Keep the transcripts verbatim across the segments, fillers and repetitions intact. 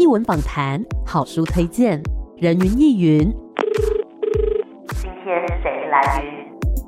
艺文访谈、好书推荐、人云亦云。 今天谁来云？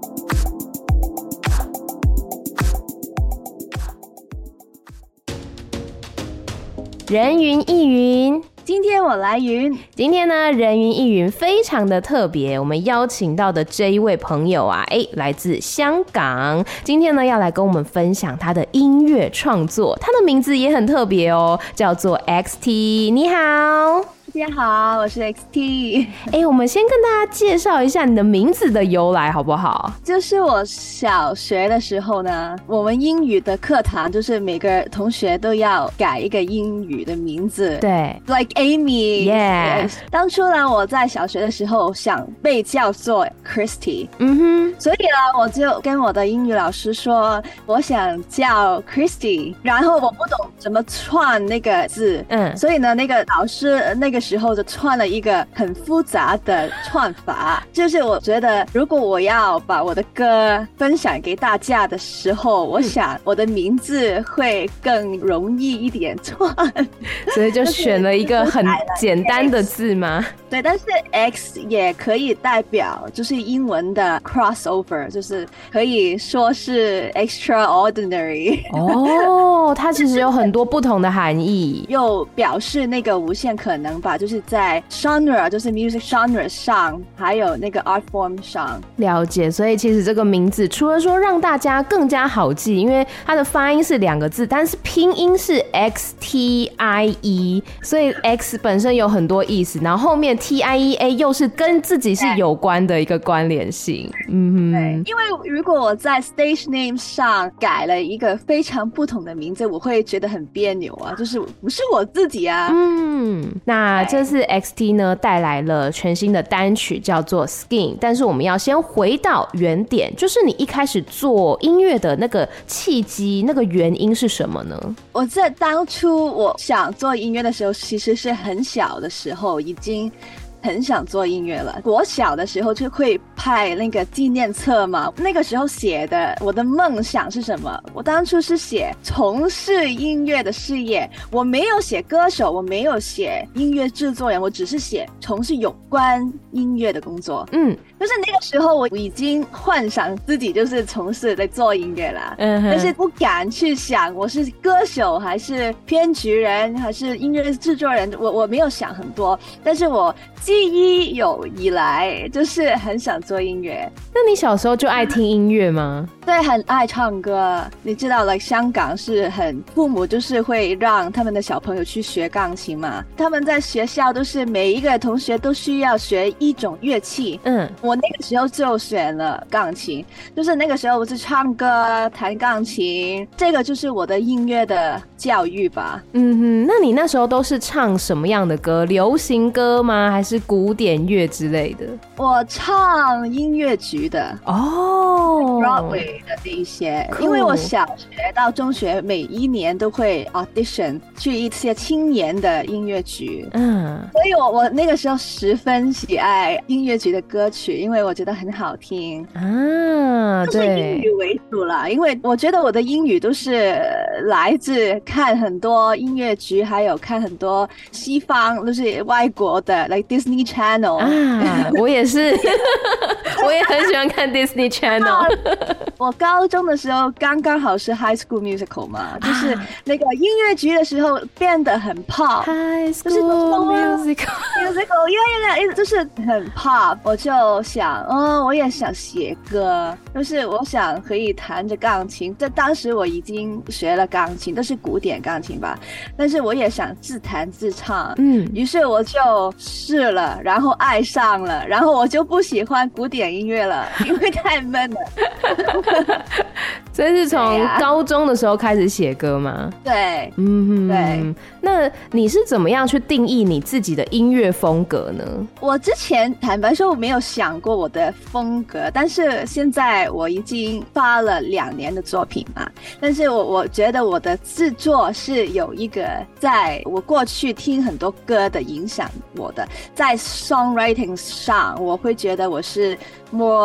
人云亦云， 今天我来云。 今天呢，人云亦云非常的特别，我们邀请到的这一位朋友啊，哎，来自香港。今天呢，要来跟我们分享他的音乐创作，他的名字也很特别哦，叫做 X T。你好。 大家好，我是 X T。 哎，我们先跟大家介绍一下你的名字的由来好不好？ 就是我小学的时候呢，我们英语的课堂就是每个同学都要改一个英语的名字。 对 Like Amy。 Yeah。 当初呢，我在小学的时候想被叫做 Christy。 嗯哼。 所以呢，我就跟我的英语老师说我想叫 Christy， 然后我不懂怎么串那个字。 嗯。 所以呢，那个老师那个时候就串了一个很复杂的串法，就是我觉得如果我要把我的歌分享给大家的时候，我想我的名字会更容易一点串。 所以就选了一个很简单的字吗？ 对，但是 X 也可以代表就是英文的 crossover， 就是可以说是 extraordinary。 哦，它其实有很多不同的含义， 又表示那个无限可能吧，就是在 genre 就是 music genre 上，还有那个 art form 上。 了解。所以其实这个名字除了说让大家更加好记，因为它的发音是两个字，但是拼音是 X T I E， 所以 X 本身有很多意思，然后后面 T I E A 又是跟自己是有关的一个关联性。嗯哼。因为如果我在 stage name 上改了一个非常不同的名字，我会觉得很别扭啊，就是不是我自己啊。 嗯，那这次 X T 呢带来了全新的单曲叫做 Skin， 但是我们要先回到原点，就是你一开始做音乐的那个契机，那个原因是什么呢？ 我在当初我想做音乐的时候，其实是很小的时候已经很想做音乐了。我小的时候就会拍那个纪念册嘛，那个时候写的我的梦想是什么，我当初是写从事音乐的事业，我没有写歌手，我没有写音乐制作人，我只是写从事有关音乐的工作。嗯，就是那个时候我已经幻想自己就是从事在做音乐啦。嗯，但是不敢去想我是歌手还是编曲人还是音乐制作人，我我没有想很多，但是我记忆有以来就是很想做音乐。 那你小时候就爱听音乐吗？ 对，很爱唱歌。你知道 like 香港是很父母就是会让他们的小朋友去学钢琴嘛，他们在学校都是每一个同学都需要学一种乐器。嗯，我那个时候就选了钢琴，就是那个时候我是唱歌弹钢琴，这个就是我的音乐的教育吧。 嗯哼，那你那时候都是唱什么样的歌？流行歌吗？还是古典乐之类的？ 我唱音乐剧的哦 Broadway 的那一些， cool。 因为我小学到中学每一年都会 audition 去一些青年的音乐剧。嗯，所以我我那个时候十分喜爱音乐剧的歌曲，因为我觉得很好听啊。对，都是英语为主啦，因为我觉得我的英语都是来自看很多音乐剧，还有看很多西方就是外国的 like Disney Channel 啊。我也是我也很喜欢看 Disney Channel。 我高中的时候刚刚好是 High School Musical 嘛，就是那个音乐剧的时候变得很 pop。 High School Musical Musical 呀呀呀，就是很 pop。 我就想哦，我也想写歌，就是我想可以弹着钢琴，在当时我已经学了钢琴，都是古典钢琴吧，但是我也想自弹自唱。嗯，于是我就试了，然后爱上了，然后我就不喜欢古典音乐了，因为太闷了。 所以是从高中的时候开始写歌吗？ 对，嗯，对。 那你是怎么样去定义你自己的音乐风格呢？ 我之前坦白说我没有想过我的风格，但是现在我已经发了两年的作品嘛，但是我我觉得我的制作是有一个在我过去听很多歌的影响我的，在 songwriting 上我会觉得我是 more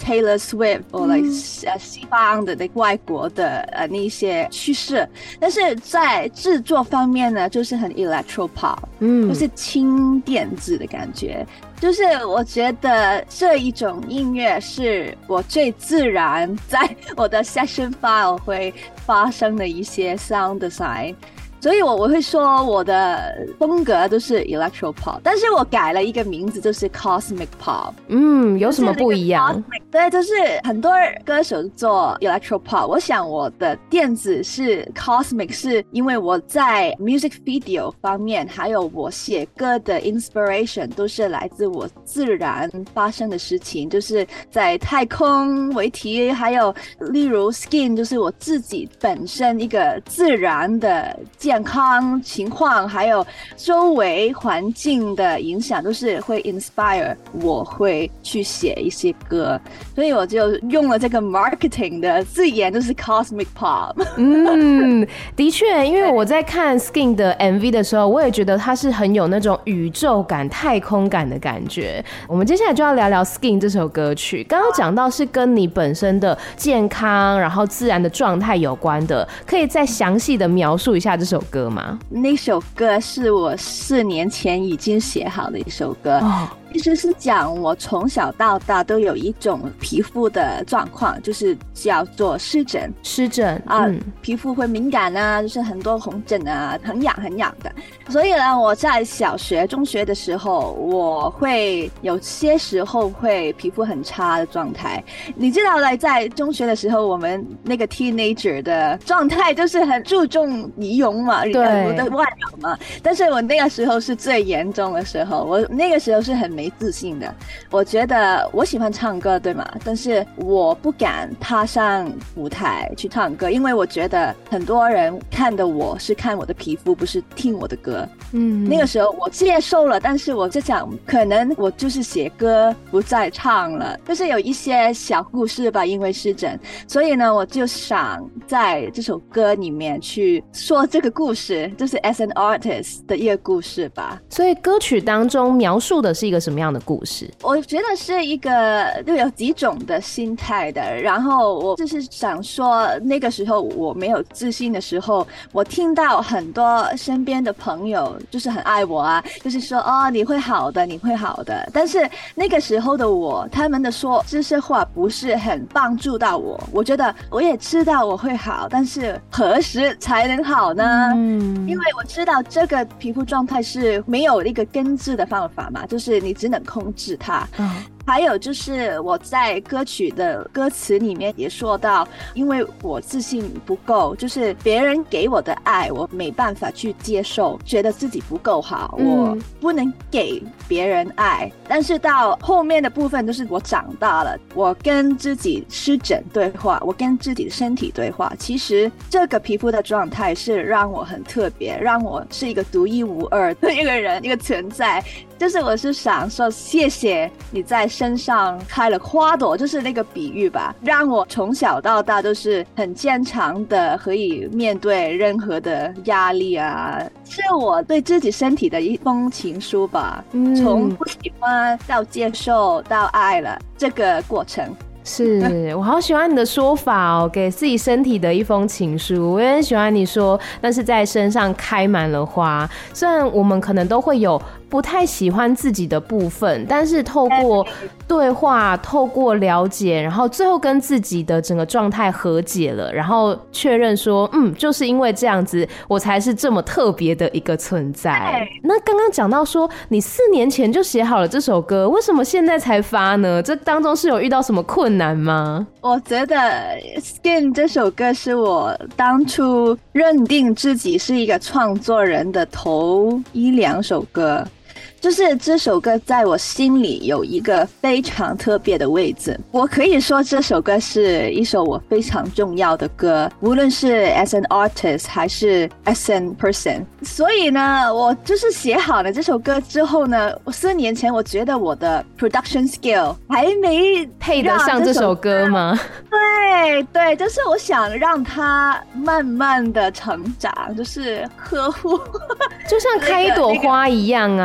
Taylor Swift 或者、嗯、西方的那外国的呃那些趋势，但是在制作方面呢，就是很 electro pop， 嗯，就是轻电子的感觉。就是我觉得这一种音乐是我最自然在我的 session file 会发生的一些 sound design。所以我我会说我的风格都是 electro pop， 但是我改了一个名字，就是 cosmic pop。 嗯，有什么不一样？ 对，就是很多歌手做 electro pop， 我想我的电子是 cosmic， 是因为我在 music video 方面还有我写歌的 inspiration 都是来自我自然发生的事情，就是在太空为题，还有例如 Skin 就是我自己本身一个自然的健康情况，还有周围环境的影响，都是会 inspire 我会去写一些歌，所以我就用了这个 marketing 的字眼，就是 cosmic pop。 嗯，的确，因为我在看 Skin 的 M V 的时候，我也觉得它是很有那种宇宙感、太空感的感觉。我们接下来就要聊聊 Skin 这首歌曲，刚刚讲到是跟你本身的健康然后自然的状态有关的，可以再详细的描述一下这首歌吗？ 那首歌是我四年前已经写好的一首歌，哦，其实是讲我从小到大都有一种皮肤的状况，就是叫做湿疹。 湿疹啊，嗯，皮肤会敏感啊，就是很多红疹啊，很痒很痒的。所以呢，我在小学、中学的时候，我会有些时候会皮肤很差的状态。你知道了，在中学的时候，我们那个 teenager 的状态就是很注重仪容嘛，对，我的外表嘛。但是我那个时候是最严重的时候，我那个时候是很没自信的。我觉得我喜欢唱歌，对吗？但是我不敢踏上舞台去唱歌，因为我觉得很多人看的我是看我的皮肤，不是听我的歌。嗯，那个时候我接受了，但是我就想，可能我就是写歌不再唱了，就是有一些小故事吧，因为湿疹，所以呢，我就想在这首歌里面去说这个故事，就是 as an artist 的一个故事吧。 所以歌曲当中描述的是一个什么样的故事？ 我觉得是一个就有几种的心态的，然后我就是想说，那个时候我没有自信的时候，我听到很多身边的朋友就是很爱我啊，就是说哦，你会好的，你会好的。但是那个时候的我，他们的说这些话不是很帮助到我。我觉得我也知道我会好，但是何时才能好呢？嗯，因为我知道这个皮肤状态是没有一个根治的方法嘛，就是你只能控制它。嗯，还有就是我在歌曲的歌词里面也说到，因为我自信不够，就是别人给我的爱我没办法去接受，觉得自己不够好，嗯，我不能给别人爱。但是到后面的部分就是我长大了，我跟自己湿疹对话，我跟自己的身体对话，其实这个皮肤的状态是让我很特别，让我是一个独一无二的一个人，一个存在。就是我是想说，谢谢你在身上开了花朵，就是那个比喻吧，让我从小到大都是很坚强的，可以面对任何的压力啊，是我对自己身体的一封情书吧。嗯，从不喜欢到接受到爱了这个过程。 是，我好喜欢你的说法哦，给自己身体的一封情书。我也很喜欢你说，但是在身上开满了花。虽然我们可能都会有不太喜欢自己的部分，但是透过对话，透过了解，然后最后跟自己的整个状态和解了，然后确认说，嗯，就是因为这样子，我才是这么特别的一个存在。那刚刚讲到说，你四年前就写好了这首歌，为什么现在才发呢？这当中是有遇到什么困难吗？ 我觉得 Skin 这首歌是我当初认定自己是一个创作人的头一两首歌，就是这首歌在我心里有一个非常特别的位置。我可以说这首歌是一首我非常重要的歌，无论是 as an artist 还是 as an person。 所以呢，我就是写好了这首歌之后呢，我四年前我觉得我的 production skill 还没配得上这首歌吗？ 对对，就是我想让它慢慢的成长，就是呵护就像开一朵花一样啊，你要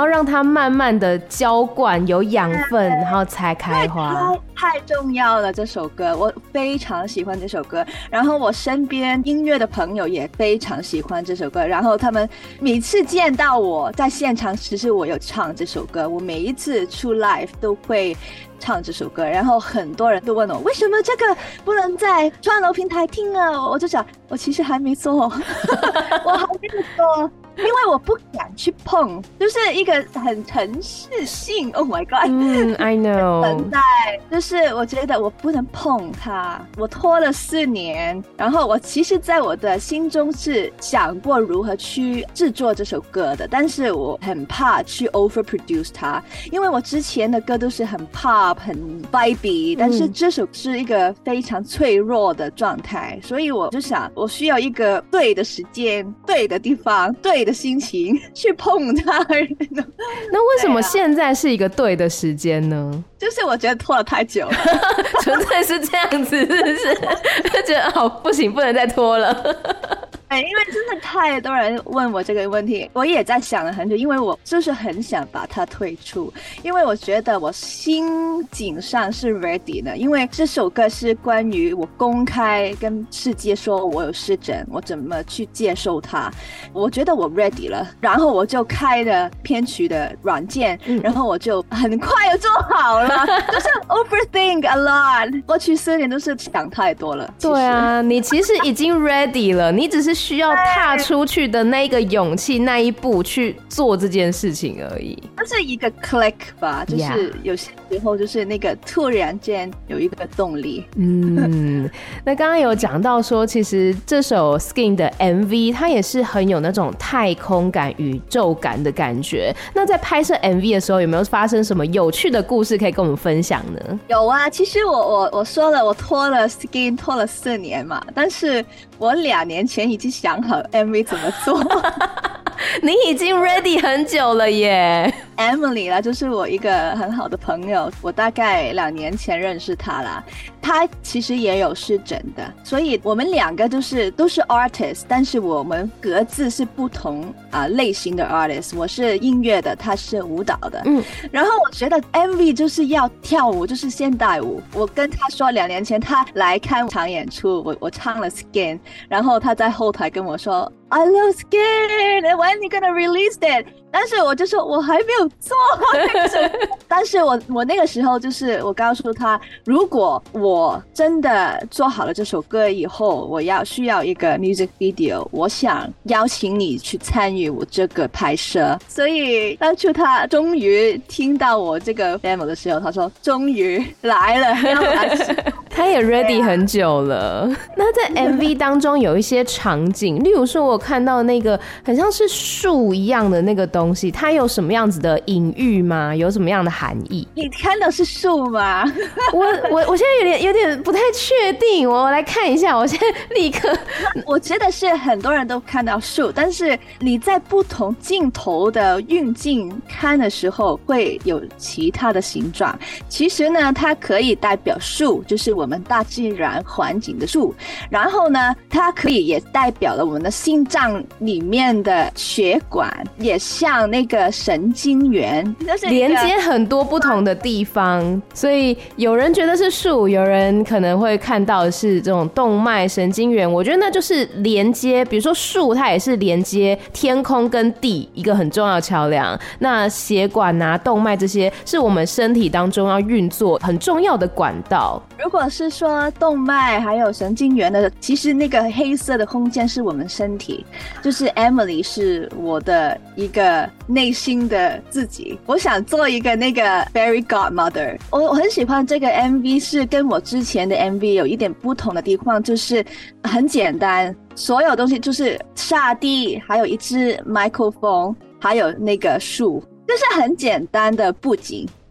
要让它慢慢的浇灌，有养分，然后才开花。 太重要了，这首歌我非常喜欢这首歌，然后我身边音乐的朋友也非常喜欢这首歌，然后他们每次见到我在现场，其实我有唱这首歌，我每一次出 live 都会唱这首歌，然后很多人都问我为什么这个不能在串流平台听啊，我就想我其实还没做我还没做，因为我不敢去碰，就是一个很城市性 Oh my god 嗯 I know 存在，就是我觉得我不能碰它，我拖了四年，然后我其实在我的心中是想过如何去制作这首歌的，但是我很怕去 overproduce 它，因为我之前的歌都是很 pop 很 vibey， 但是这首是一个非常脆弱的状态，所以我就想我需要一个对的时间对的地方对的心情去碰它那为什么现在是一个对的时间呢？ 就是我觉得拖了太久了纯粹是这样子是不是就觉得好不行不能再拖了对，因为真的太多人问我这个问题，我也在想了很久，因为我就是很想把它退出，因为我觉得我心境上是 ready 的，因为这首歌是关于我公开跟世界说我有湿疹，我怎么去接受它，我觉得我 ready 了，然后我就开了编曲的软件、嗯、然后我就很快就做好了就是 overthink a lot， 过去四年都是想太多了。 对啊，你其实已经 ready 了，你只是需要踏出去的那个勇气那一步去做这件事情而已， 就是一个 click 吧，就是有些时候就是那个突然间有一个动力。 嗯，那刚刚有讲到说其实这首 Skin 的 M V 它也是很有那种太空感宇宙感的感觉，那在拍摄 M V 的时候有没有发生什么有趣的故事可以跟我们分享呢？ 有啊，其实我我我说了我拖了 Skin 拖了四年嘛，但是我两年前已经想好 M V 怎么做你已经 ready 很久了耶。 Emily 啦，就是我一个很好的朋友，我大概两年前认识她啦，她其实也有湿疹的，所以我们两个都是都是 artist， 但是我们各自是不同啊、呃、类型的 artist， 我是音乐的，她是舞蹈的，嗯，然后我觉得 M V 就是要跳舞，就是现代舞，我跟她说两年前她来看场演出，我我唱了 Skin， 然后她在后台跟我说I love Skin and when you gonna release it， 但是我就说我还没有做但是我我那个时候就是我告诉他，如果我真的做好了这首歌以后，我要需要一个 music video， 我想邀请你去参与我这个拍摄，所以当初他终于听到我这个 demo 的时候，他说终于来了要来他也 ready 很久了。那在 M V 当中有一些场景，例如说我看到那个很像是树一样的那个东西，它有什么样子的隐喻吗？有什么样的含义？ 你看到是树吗？ 我我我现在有点有点不太确定，我来看一下，我现在立刻我觉得是很多人都看到树，但是你在不同镜头的运镜看的时候会有其他的形状。其实呢，它可以代表树，就是我们大自然环境的树，然后呢它可以也代表了我们的心脏里面的血管，也像那个神经元，就是连接很多不同的地方，所以有人觉得是树，有人可能会看到的是这种动脉神经元，我觉得那就是连接，比如说树它也是连接天空跟地一个很重要的桥梁，那血管啊动脉这些是我们身体当中要运作很重要的管道。 如果是说动脉还有神经元的，其实那个黑色的空间是我们身体，就是 Emily 是我的一个内心的自己，我想做一个那个 Fairy Godmother。 我, 我很喜欢这个 M V， 是跟我之前的 M V 有一点不同的地方，就是很简单，所有东西就是沙地，还有一只 microphone， 还有那个树，就是很简单的布景，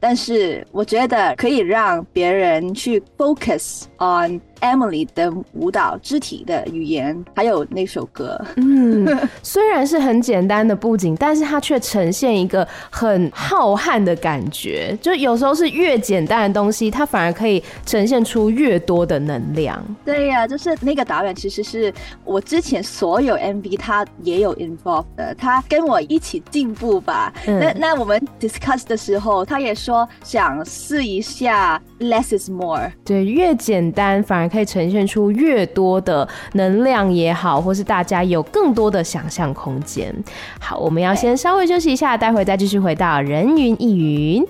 但是我觉得可以让别人去 focus on Emily 的舞蹈肢体的语言还有那首歌。 嗯，虽然是很简单的布景，但是它却呈现一个很浩瀚的感觉，就有时候是越简单的东西它反而可以呈现出越多的能量。 对呀、啊，就是那个导演其实是我之前所有 M V 他也有 involved 的，他跟我一起进步吧、嗯、那那我们 discuss 的时候他也说想试一下 less is more。 对，越简单反而可以呈现出越多的能量也好，或是大家有更多的想象空间。好，我们要先稍微休息一下，待会再继续回到人云亦云。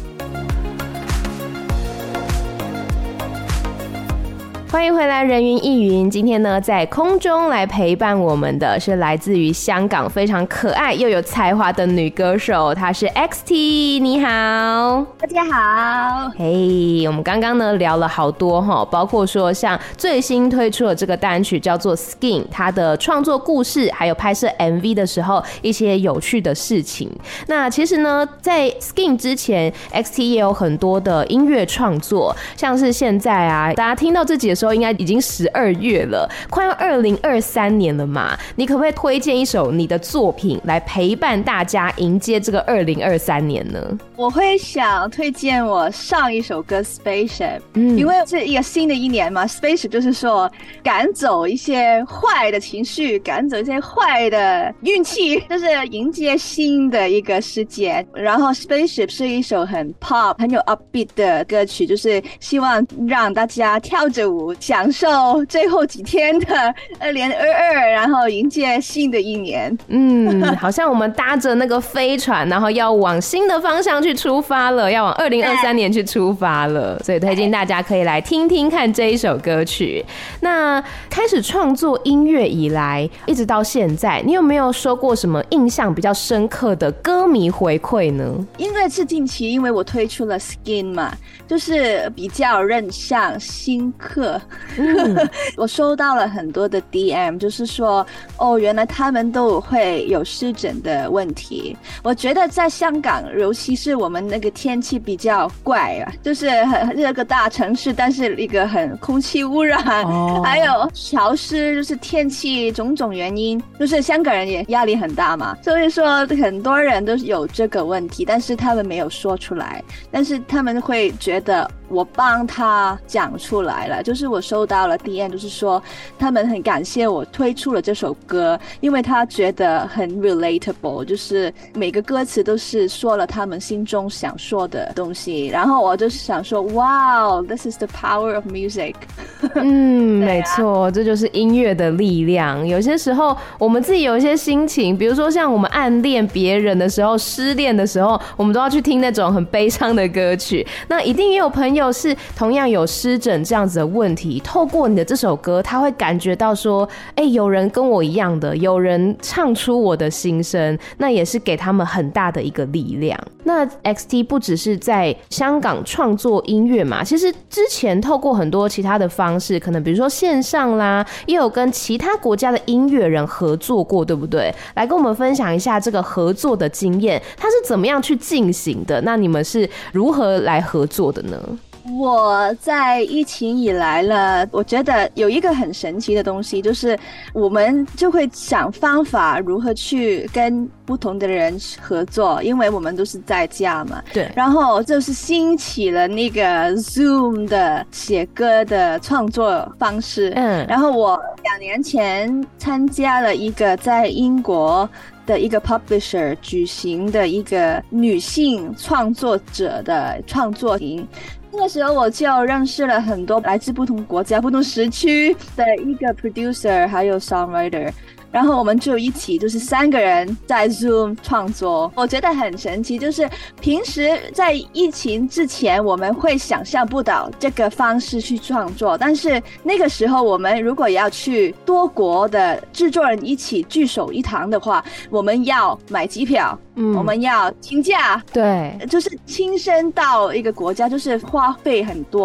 欢迎回来人云亦云，今天呢在空中来陪伴我们的是来自于香港非常可爱又有才华的女歌手，她是 X T。 你好。 大家好。 嘿、hey, 我们刚刚呢聊了好多，包括说像最新推出的这个单曲叫做 Skin， 它的创作故事还有拍摄 M V 的时候一些有趣的事情。那其实呢在 Skin 之前 X T 也有很多的音乐创作，像是现在啊大家听到这集的时候应该已经十二月了，快要二零二三年了嘛，你可不可以推荐一首你的作品来陪伴大家迎接这个二零二三年呢？ 我会想推荐我上一首歌 Spaceship、嗯、因为是一个新的一年嘛， Spaceship 就是说赶走一些坏的情绪，赶走一些坏的运气，就是迎接新的一个世界。然后 Spaceship 是一首很 pop 很有 upbeat 的歌曲，就是希望让大家跳着舞享受最后几天的二零二二，然后迎接新的一年。 嗯，好像我们搭着那个飞船，然后要往新的方向去出发了，要往二零二三年去出发了，所以推荐大家可以来听听看这一首歌曲。那开始创作音乐以来，一直到现在，你有没有收过什么印象比较深刻的歌迷回馈呢？ 因为是近期，因为我推出了 Skin 嘛，就是比较人像新客。嗯、我收到了很多的 D M， 就是说哦，原来他们都会有湿疹的问题。我觉得在香港，尤其是我们那个天气比较怪啊，就是很这个大城市，但是一个很空气污染、哦、还有潮湿，就是天气种种原因，就是香港人也压力很大嘛，所以说很多人都有这个问题，但是他们没有说出来，但是他们会觉得我帮他讲出来了。就是我收到了 D M， 就是说他们很感谢我推出了这首歌，因为他觉得很 relatable， 就是每个歌词都是说了他们心中想说的东西。然后我就是想说 wow this is the power of music 嗯没错，这就是音乐的力量。有些时候我们自己有一些心情，比如说像我们暗恋别人的时候，失恋的时候，我们都要去听那种很悲伤的歌曲。那一定也有朋友是同样有湿疹这样子的问题，透过你的这首歌他会感觉到说哎、欸，有人跟我一样的，有人唱出我的心声，那也是给他们很大的一个力量。那 X T 不只是在香港创作音乐嘛，其实之前透过很多其他的方式，可能比如说线上啦，也有跟其他国家的音乐人合作过，对不对？来跟我们分享一下这个合作的经验，它是怎么样去进行的？那你们是如何来合作的呢？ 我在疫情以来呢，我觉得有一个很神奇的东西，就是我们就会想方法如何去跟不同的人合作，因为我们都是在家嘛。 对。 然后就是兴起了那个 Zoom 的写歌的创作方式。嗯。然后我两年前参加了一个在英国的一个 publisher 举行的一个女性创作者的创作营。那个时候我就认识了很多来自不同国家不同时区的一个 producer 还有 songwriter， 然后我们就一起就是三个人在 Zoom 创作。我觉得很神奇，就是平时在疫情之前我们会想象不到这个方式去创作，但是那个时候我们如果要去多国的制作人一起聚首一堂的话，我们要买机票，嗯，我们要请假， 对， 就是亲身到一个国家，就是花费很多。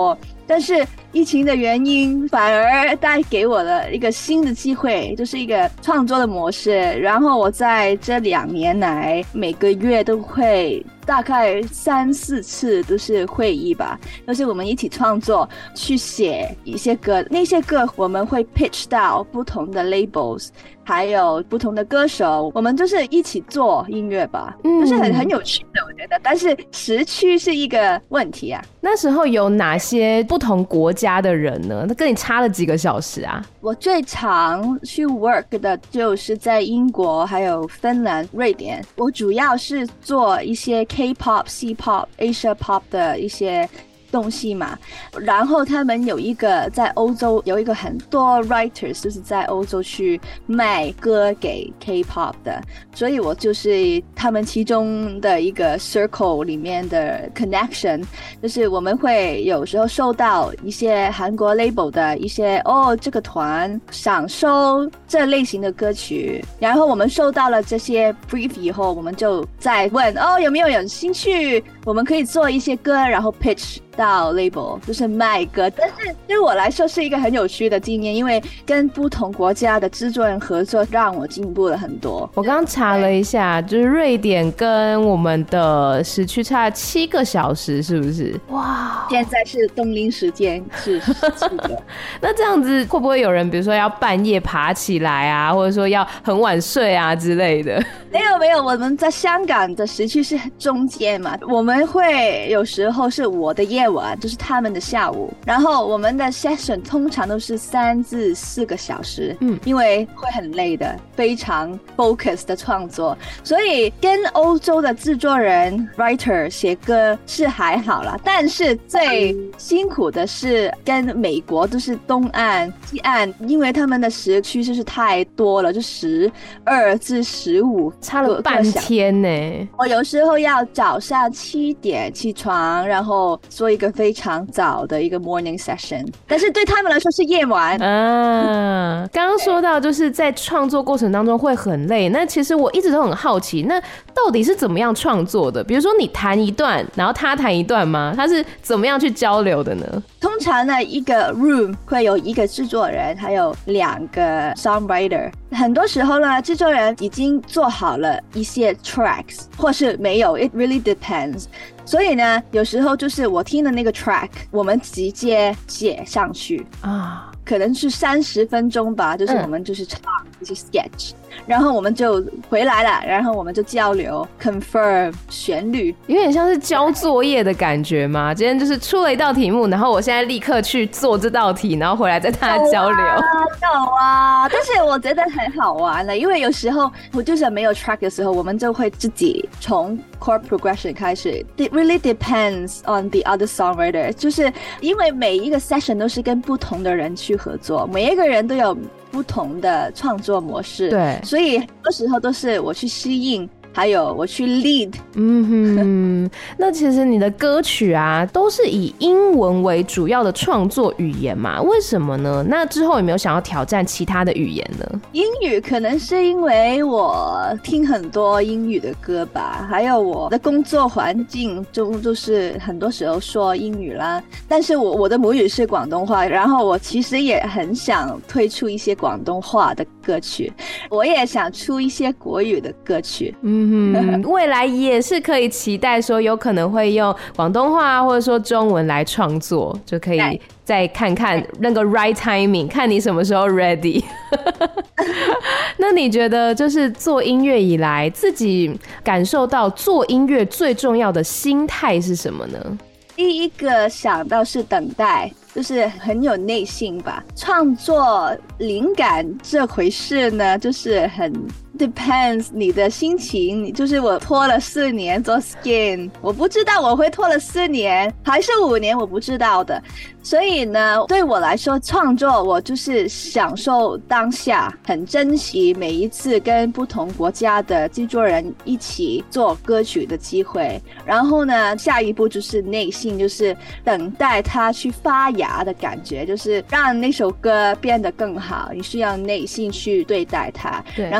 但是疫情的原因反而带给我了一个新的机会，就是一个创作的模式。然后我在这两年来每个月都会大概三四次都是会议吧，都是我们一起创作去写一些歌，那些歌我们会 pitch 到不同的 labels 还有不同的歌手，我们就是一起做音乐吧，嗯，就是很很有趣的我觉得，但是时区是一个问题啊。 那时候有哪些不同国家的人呢？那跟你差了几个小时啊？ 我最常去 work 的就是在英国还有芬兰、瑞典，我主要是做一些 K-pop、C-pop、Asia pop 的一些东西嘛，然后他们有一个在欧洲有一个很多 writers 就是在欧洲去卖歌给 K-pop 的，所以我就是他们其中的一个 circle 里面的 connection， 就是我们会有时候收到一些韩国 label 的一些哦这个团想收这类型的歌曲，然后我们收到了这些 brief 以后，我们就再问哦有没有有兴趣，我们可以做一些歌然后 pitch到 label 就是卖歌，但是对我来说是一个很有趣的经验，因为跟不同国家的制作人合作让我进步了很多。 我刚刚查了一下，就是瑞典跟我们的时区差七个小时，是不是？哇， 现在是冬令时间是十七个。 那这样子会不会有人比如说要半夜爬起来啊，或者说要很晚睡啊之类的？ 没有没有，我们在香港的时区是中间嘛，我们会有时候是我的夜晚就是他们的下午，然后我们的 session 通常都是三至四个小时，嗯，因为会很累的，非常 focus 的创作，所以跟欧洲的制作人 writer 写歌是还好啦，但是最辛苦的是跟美国都是东岸西岸，因为他们的时区就是太多了，就十二至十五， 差了半天呢。 我有时候要早上七点起床，然后做一个非常早的一个 morning session， 但是对他们来说是夜晚啊。刚刚说到就是在创作过程当中会很累，那其实我一直都很好奇，那到底是怎么样创作的？比如说你弹一段然后他弹一段吗？他是怎么样去交流的呢？ 通常呢一个 room 会有一个制作人还有两个 songwriter， 很多时候呢制作人已经做好了一些 tracks 或是没有， it really depends，所以呢有时候就是我听的那个 track 我们直接写上去啊，可能是三十分钟吧，就是我们就是唱一些 sketch，嗯，然后我们就回来了，然后我们就交流 confirm 旋律， 有点像是交作业的感觉吗？今天就是出了一道题目，然后我现在立刻去做这道题，然后回来再大家交流。 有啊，但是我觉得很好玩了，因为有时候我就是没有 track 的时候，我们就会自己从 chord progression 开始。It really depends on the other songwriter， 就是因为每一个 session 都是跟不同的人去合作，每一个人都有不同的创作模式， 对， 所以很多时候都是我去适应，还有我去 lead。 嗯哼，那其实你的歌曲啊都是以英文为主要的创作语言嘛，为什么呢？那之后有没有想要挑战其他的语言呢？ 英语可能是因为我听很多英语的歌吧，还有我的工作环境中就是很多时候说英语啦，但是我我的母语是广东话，然后我其实也很想推出一些广东话的歌曲，我也想出一些国语的歌曲。 嗯哼，未来也是可以期待说有可能会用广东话或者说中文来创作，就可以再看看那个 right timing， 看你什么时候 ready。 那你觉得就是做音乐以来自己感受到做音乐最重要的心态是什么呢？ 第一个想到是等待，就是很有耐性吧。创作灵感这回事呢，就是很 depends 你的心情。你就是我拖了四年做 skin， 我不知道我会拖了四年还是五年，我不知道的。所以呢，对我来说，创作我就是享受当下，很珍惜每一次跟不同国家的制作人一起做歌曲的机会。然后呢，下一步就是耐性，就是等待它去发芽的感觉，就是让那首歌变得更好，你需要耐心去对待它。 对。 然后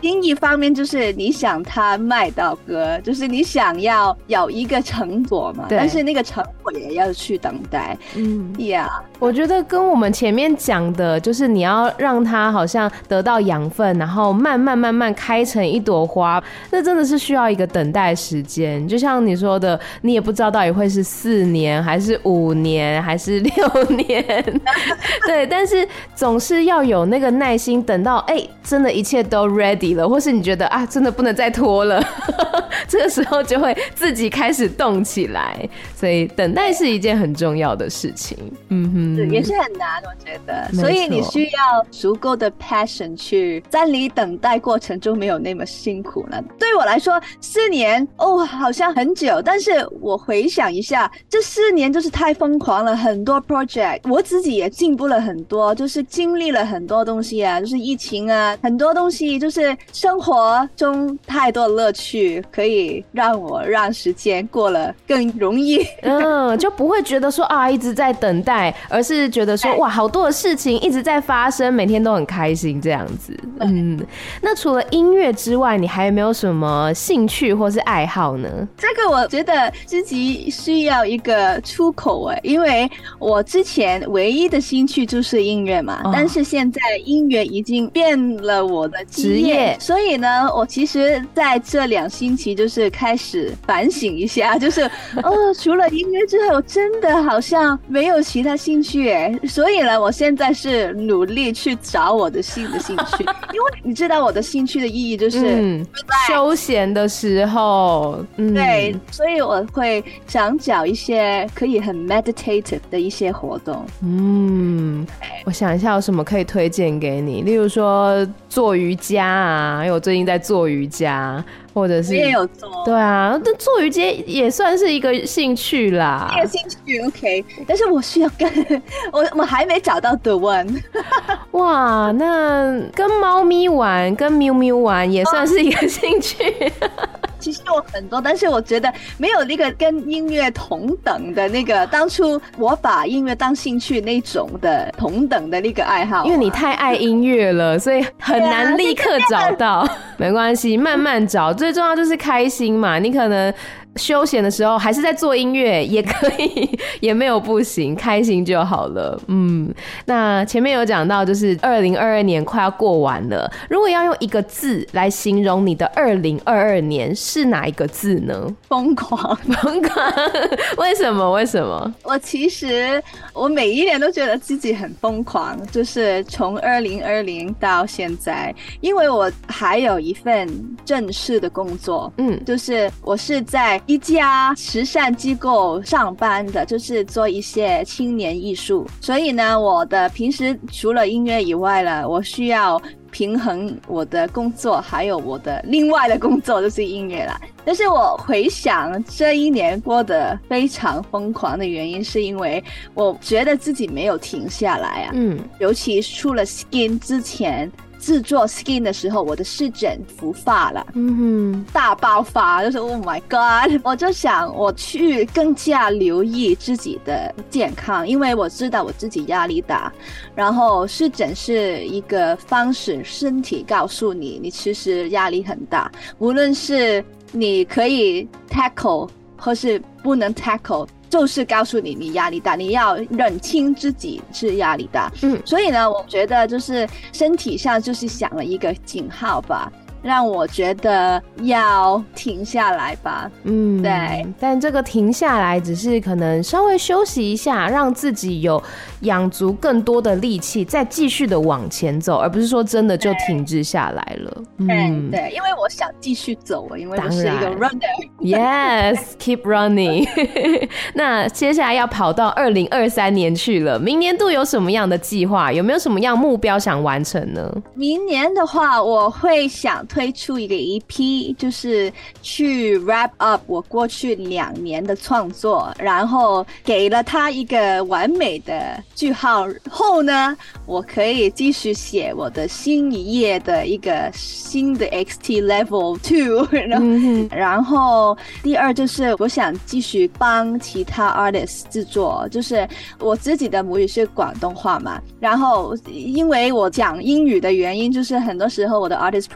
另一方面就是你想他卖到歌，就是你想要有一个成果嘛，但是那个成果也要去等待。嗯呀， yeah. 我觉得跟我们前面讲的，就是你要让它好像得到养分，然后慢慢慢慢开成一朵花，那真的是需要一个等待时间。就像你说的，你也不知道到底会是四年还是五年还是六年，对，但是总是要有那个耐心，等到哎、欸，真的一切都 ready 了，或是你觉得啊，真的不能再拖了，这个时候就会自己开始动起来。所以等待是一件很重要的事情。嗯哼， 也是很难，我觉得。所以你需要足够的 passion 去在你等待过程中没有那么辛苦了。对我来说，四年哦，好像很久，但是我回想一下，这四年就是太疯狂了，很多 project， 我自己也进步了很多，就是经历了很多东西啊，就是疫情啊，很多东西，就是生活中太多乐趣，可以让我让时间过了更容易。 嗯，就不会觉得说啊一直在等待，而是觉得说哇好多的事情一直在发生，每天都很开心这样子。嗯，那除了音乐之外，你还有没有什么兴趣或是爱好呢？ 这个我觉得自己需要一个出口哎，因为我之前唯一的兴趣就是音乐嘛，哦、但是现在音乐已经变了我的职业，所以呢，我其实在这两星期就是开始反省一下，就是哦，除了音乐之后，我真的好像没有其他兴趣哎，所以呢，我现在是努力去找我的新的兴趣，因为你知道我的兴趣的意义就是、嗯、 休闲的时候， 嗯，对，所以我会想找一些可以很 meditative 的一些活动。 嗯，我想一下有什么可以推荐给你，例如说做瑜伽啊，因为我最近在做瑜伽。或者是我也有做， 对啊，但做瑜伽也算是一个兴趣啦， 一个兴趣 OK， 但是我需要跟我我还没找到 the one 哇，那跟猫咪玩跟喵喵玩也算是一个兴趣、哦其实我很多，但是我觉得没有那个跟音乐同等的那个，当初我把音乐当兴趣那种的同等的那个爱好、啊， 因为你太爱音乐了，所以很难立刻找到。啊、没关系，慢慢找，最重要就是开心嘛。你可能休闲的时候还是在做音乐也可以，也没有不行，开心就好了。嗯，那前面有讲到就是二零二二年快要过完了，如果要用一个字来形容你的二零二二年，是哪一个字呢？ 疯狂。 疯狂。为什么为什么？ 我其实我每一年都觉得自己很疯狂，就是从二零二零到现在，因为我还有一份正式的工作，嗯，就是我是在一家慈善机构上班的，就是做一些青年艺术，所以呢，我的平时除了音乐以外了，我需要平衡我的工作还有我的另外的工作，就是音乐啦。但是我回想这一年过得非常疯狂的原因，是因为我觉得自己没有停下来啊，嗯，尤其出了 Skin 之前制作 Skin 的时候，我的湿疹复发了，嗯哼，大爆发，就是 Oh my God！ 我就想我去更加留意自己的健康，因为我知道我自己压力大，然后湿疹是一个方式，身体告诉你你其实压力很大，无论是你可以 tackle 或是不能 tackle，就是告诉你你压力大，你要认清自己是压力大。嗯，所以呢，我觉得就是身体上就是响了一个警号吧，让我觉得要停下来吧。嗯，对。 但这个停下来只是可能稍微休息一下，让自己有养足更多的力气，再继续的往前走，而不是说真的就停滞下来了。 嗯，对，因为我想继续走，因为我是一个 runner。Yes, keep running 。那接下来要跑到二零二三年去了，明年度有什么样的计划？有没有什么样目标想完成呢？ 明年的话，我会想推出一个 E P， 就是去 wrap up 我过去两年的创作，然后给了他一个完美的句号后呢，我可以继续写我的新一页的一个新的 X T Level 二 然后,、嗯、然后第二就是我想继续帮其他 artist 制作，就是我自己的母语是广东话嘛，然后因为我讲英语的原因，就是很多时候我的 artist project 都是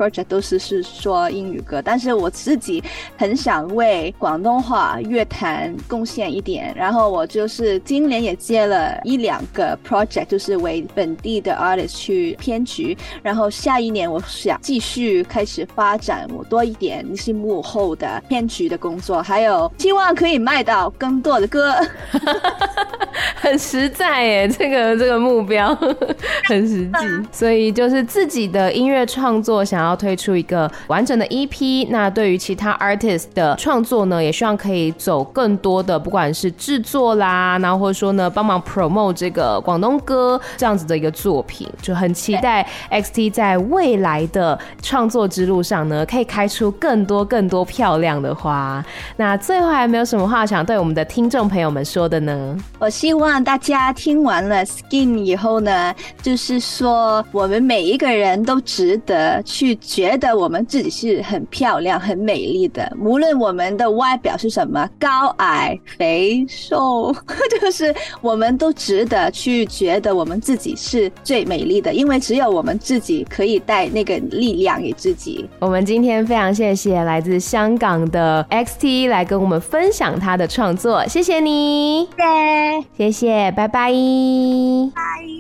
是是说英语歌，但是我自己很想为广东话乐坛贡献一点，然后我就是今年也接了一两个 project， 就是为本地的 artist 去编曲，然后下一年我想继续开始发展我多一点是幕后的编曲的工作，还有希望可以卖到更多的歌。 很实在耶，这个这个目标很实际，所以就是自己的音乐创作想要推出一个完整的 E P， 那对于其他 artist 的创作呢，也希望可以走更多的不管是制作啦，然后或者说呢帮忙 promote 这个广东歌这样子的一个作品，就很期待 X T 在未来的创作之路上呢可以开出更多更多漂亮的花。那最后还有没有什么话想对我们的听众朋友们说的呢？ 我希望大家听完了 Skin 以后呢，就是说我们每一个人都值得去觉得我们自己是很漂亮很美丽的，无论我们的外表是什么，高矮肥瘦就是我们都值得去觉得我们自己是最美丽的，因为只有我们自己可以带那个力量给自己。 我们今天非常谢谢来自香港的 X T 来跟我们分享他的创作，谢谢你， 谢谢， 谢谢，拜拜， 拜。